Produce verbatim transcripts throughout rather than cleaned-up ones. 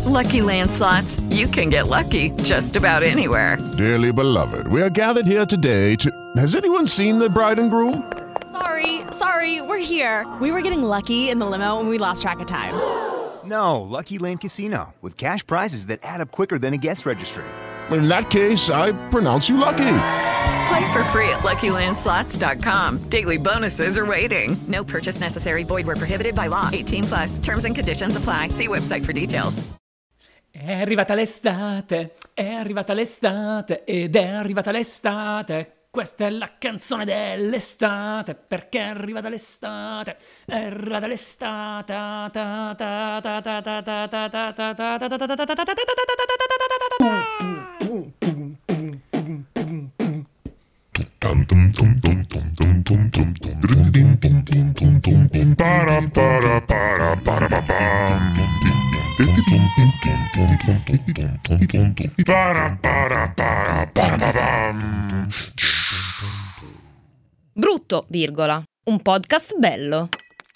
Lucky Land Slots, you can get lucky just about anywhere. Dearly beloved, we are gathered here today to... Has anyone seen the bride and groom? Sorry, sorry, we're here. We were getting lucky in the limo and we lost track of time. No, Lucky Land Casino, with cash prizes that add up quicker than a guest registry. In that case, I pronounce you lucky. Play for free at lucky land slots dot com. Daily bonuses are waiting. No purchase necessary. Void where prohibited by law. eighteen plus. Terms and conditions apply. See website for details. È arrivata l'estate, è arrivata l'estate ed è arrivata l'estate. Questa è la canzone dell'estate, perché è arrivata l'estate, è arrivata l'estate. Brutto, virgola, un podcast bello.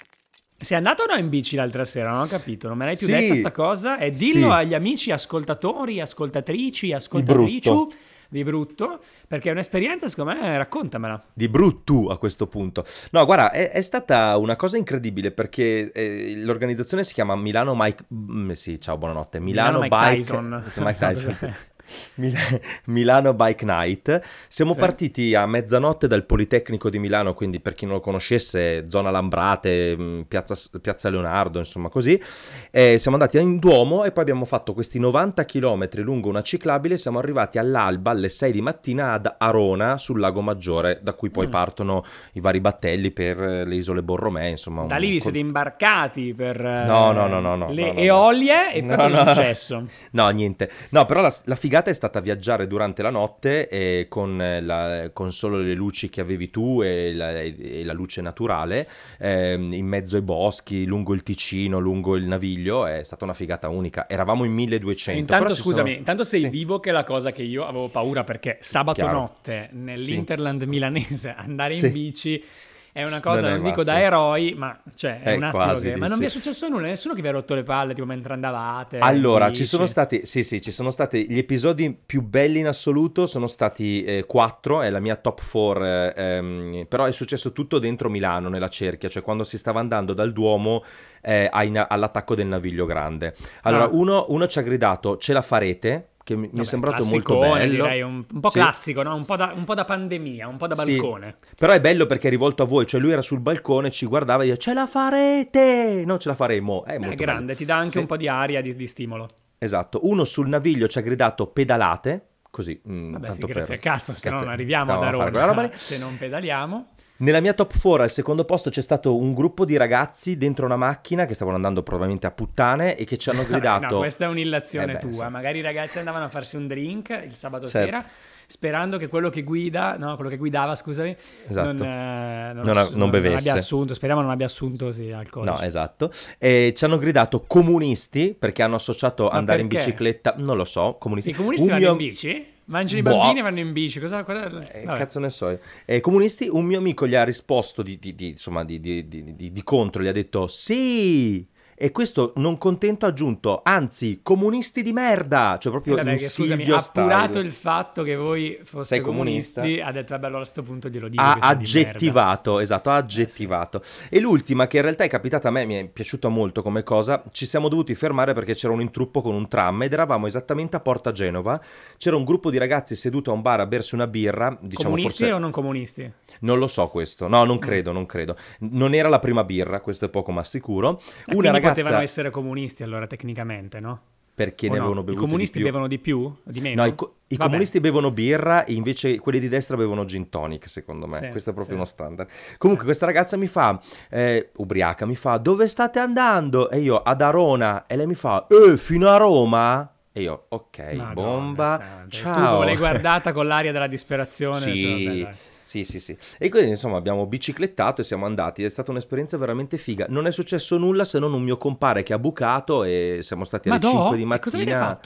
Sei andato o no in bici l'altra sera? Non ho capito, non me l'hai più Sì. detta sta cosa? E dillo Sì. agli amici ascoltatori, ascoltatrici, ascoltatrici brutto. di brutto, perché è un'esperienza, secondo me, raccontamela. Di brutto a questo punto. No, guarda, è, è stata una cosa incredibile perché eh, l'organizzazione si chiama Milano Mike... mm, sì, ciao, buonanotte. Milano, Milano Mike Bike... Tyson. Mike Tyson, Cosa sì. sei? Mil- Milano Bike Night. Siamo Sì. partiti a mezzanotte dal Politecnico di Milano, quindi per chi non lo conoscesse, zona Lambrate, mh, piazza, piazza Leonardo, insomma così. E siamo andati in Duomo e poi abbiamo fatto questi novanta chilometri lungo una ciclabile. Siamo arrivati all'alba alle sei di mattina ad Arona sul Lago Maggiore, da cui poi Mm. partono i vari battelli per eh, le isole Borromee, insomma. Da un- lì vi con- siete imbarcati per eh, No, no, no, no, no, le no, no, no. eolie e No, poi cosa no. è successo? No, niente. No, però la, la figata è stata viaggiare durante la notte e con, eh, la- con solo le luci che avevi tu e la, e la luce naturale, ehm, in mezzo ai boschi, lungo il Ticino, lungo il Naviglio. È stata una figata unica. Eravamo in milleduecento. Intanto però ci scusami, sono- intanto sei Sì. vivo, che è la cosa che io avevo paura, perché sabato Chiaro. notte nell'Interland milanese andare Sì. in bici è una cosa, Non è non, il dico da massimo. eroi, ma cioè è Eh, un attimo quasi, che... Ma non dici. vi è successo nulla, nessuno che vi ha rotto le palle tipo mentre andavate in Allora, bici? ci sono stati, sì, sì, ci sono stati gli episodi più belli in assoluto, sono stati eh, quattro, è la mia top four, eh, ehm, però è successo tutto dentro Milano, nella cerchia, cioè quando si stava andando dal Duomo eh, ai- all'attacco del Naviglio Grande. Allora, Ah. uno, uno ci ha gridato, ce la farete? Che mi, mi è Vabbè, sembrato molto classicone, bello. direi, un, un po' Sì. classico, no? un, po da, un po' da pandemia, un po' da Sì. balcone. Però è bello perché è rivolto a voi, cioè lui era sul balcone, ci guardava e diceva ce la farete, non ce la faremo. È È molto grande, bello. ti dà anche Sì. un po' di aria, di, di stimolo. Esatto, uno sul Naviglio ci ha gridato pedalate, così, mm, Vabbè, sì, tanto grazie per... al cazzo, se no Grazie. non arriviamo ad Stavamo a fare quella roba Arona lì. se non pedaliamo. Nella mia top four al secondo posto c'è stato un gruppo di ragazzi dentro una macchina che stavano andando probabilmente a puttane e che ci hanno gridato... No, questa è un'illazione Eh beh, tua. insomma. Magari i ragazzi andavano a farsi un drink il sabato Certo. sera, sperando che quello che guida, no, quello che guidava, scusami, Esatto. non, eh, Non ha- non bevesse. abbia assunto, speriamo non abbia assunto sì, alcolici. No, esatto. E ci hanno gridato comunisti perché hanno associato Ma andare perché? in bicicletta, non lo so, comunisti. I comunisti Un vanno mio- in bici? Mangiano i Boh. bambini e vanno in bici. Cosa, cosa... Eh, vabbè. cazzo ne so io. Eh, comunisti, un mio amico gli ha risposto di, di- di- insomma di, di- di- di- di contro, gli ha detto sì, e questo non contento ha aggiunto anzi comunisti di merda, cioè proprio Vabbè, in che, scusami, Silvio ha appurato style. il fatto che voi foste Sei comunisti, comunista? ha detto vabbè allora a sto punto glielo dico Ha che sono di merda. aggettivato, esatto, ha aggettivato. E l'ultima, che in realtà è capitata a me, mi è piaciuta molto come cosa, ci siamo dovuti fermare perché c'era un intruppo con un tram ed eravamo esattamente a Porta Genova, c'era un gruppo di ragazzi seduto a un bar a bersi una birra, diciamo Comunisti forse... o non comunisti? Non lo so questo, no, non credo, non credo. Non era la prima birra, questo è poco ma sicuro. Eh, Una quindi ragazza... potevano essere comunisti allora tecnicamente, no? Perché O ne no? avevano I bevuti comunisti di più. bevono di più? O di meno? No, i, co- i Vabbè. comunisti bevono birra e invece quelli di destra bevono gin tonic, secondo me. Sì, Questo è proprio sì. uno standard. Comunque questa ragazza mi fa, eh, ubriaca, mi fa, dove state andando? E io, ad Arona. E lei mi fa, eh, fino a Roma? E io, ok, Madonna bomba, santa. Tu ciao. come l'hai guardata con l'aria della disperazione? ho detto, Sì, vabbè, dai. sì, sì, sì. E quindi insomma abbiamo biciclettato e siamo andati. È stata un'esperienza veramente figa. Non è successo nulla se non un mio compare che ha bucato e siamo stati Ma alle do? cinque di E cosa avete mattina. fatto?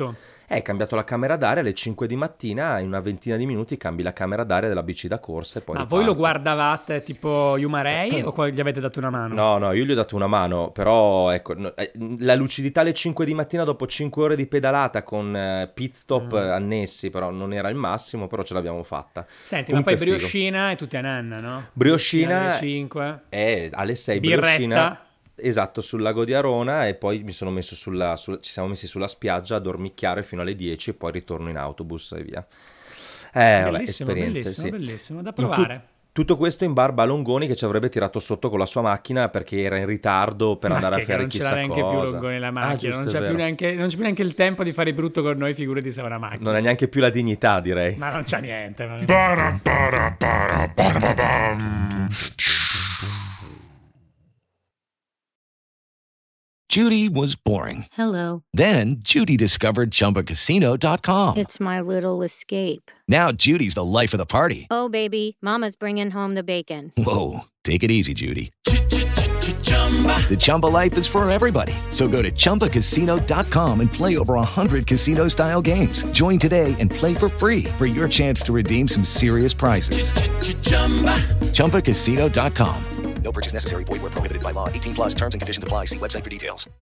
Hai cambiato la camera d'aria alle cinque di mattina, in una ventina di minuti cambi la camera d'aria della bici da corsa e poi Ma riparti. voi lo guardavate tipo Yumarei o qua gli avete dato una mano? No, no, io gli ho dato una mano, però ecco, no, eh, la lucidità alle cinque di mattina dopo cinque ore di pedalata con eh, pit stop Mm. eh, annessi, però non era il massimo, però ce l'abbiamo fatta. Senti, Comunque ma poi figo. brioscina è tutti a nanna, no? Brioscina alle cinque. è alle sei, Birretta. brioscina. Esatto, sul lago di Arona e poi mi sono messo sulla, sul- ci siamo messi sulla spiaggia a dormicchiare fino alle dieci e poi ritorno in autobus e via. Eh, vabbè, Bellissimo, esperienze, bellissimo, sì. bellissimo, da In tu- provare. tutto questo in barba a Longoni che ci avrebbe tirato sotto con la sua macchina perché era in ritardo per Ma andare che- a fare non ce chissà l'ha neanche cosa. più Longoni la Ah, macchina, giusto, non, è c'è più vero. neanche, non c'è più neanche il tempo di fare il brutto con noi, figurati se ha una macchina. Non ha neanche più la dignità, direi. Ma non c'ha niente. ma- Judy was boring. Hello. Then Judy discovered Chumba Casino dot com. It's my little escape. Now Judy's the life of the party. Oh, baby, mama's bringing home the bacon. Whoa, take it easy, Judy. The Chumba life is for everybody. So go to Chumba Casino dot com and play over one hundred casino-style games. Join today and play for free for your chance to redeem some serious prizes. Chumba Casino dot com. No purchase necessary. Void where prohibited by law. eighteen plus terms and conditions apply. See website for details.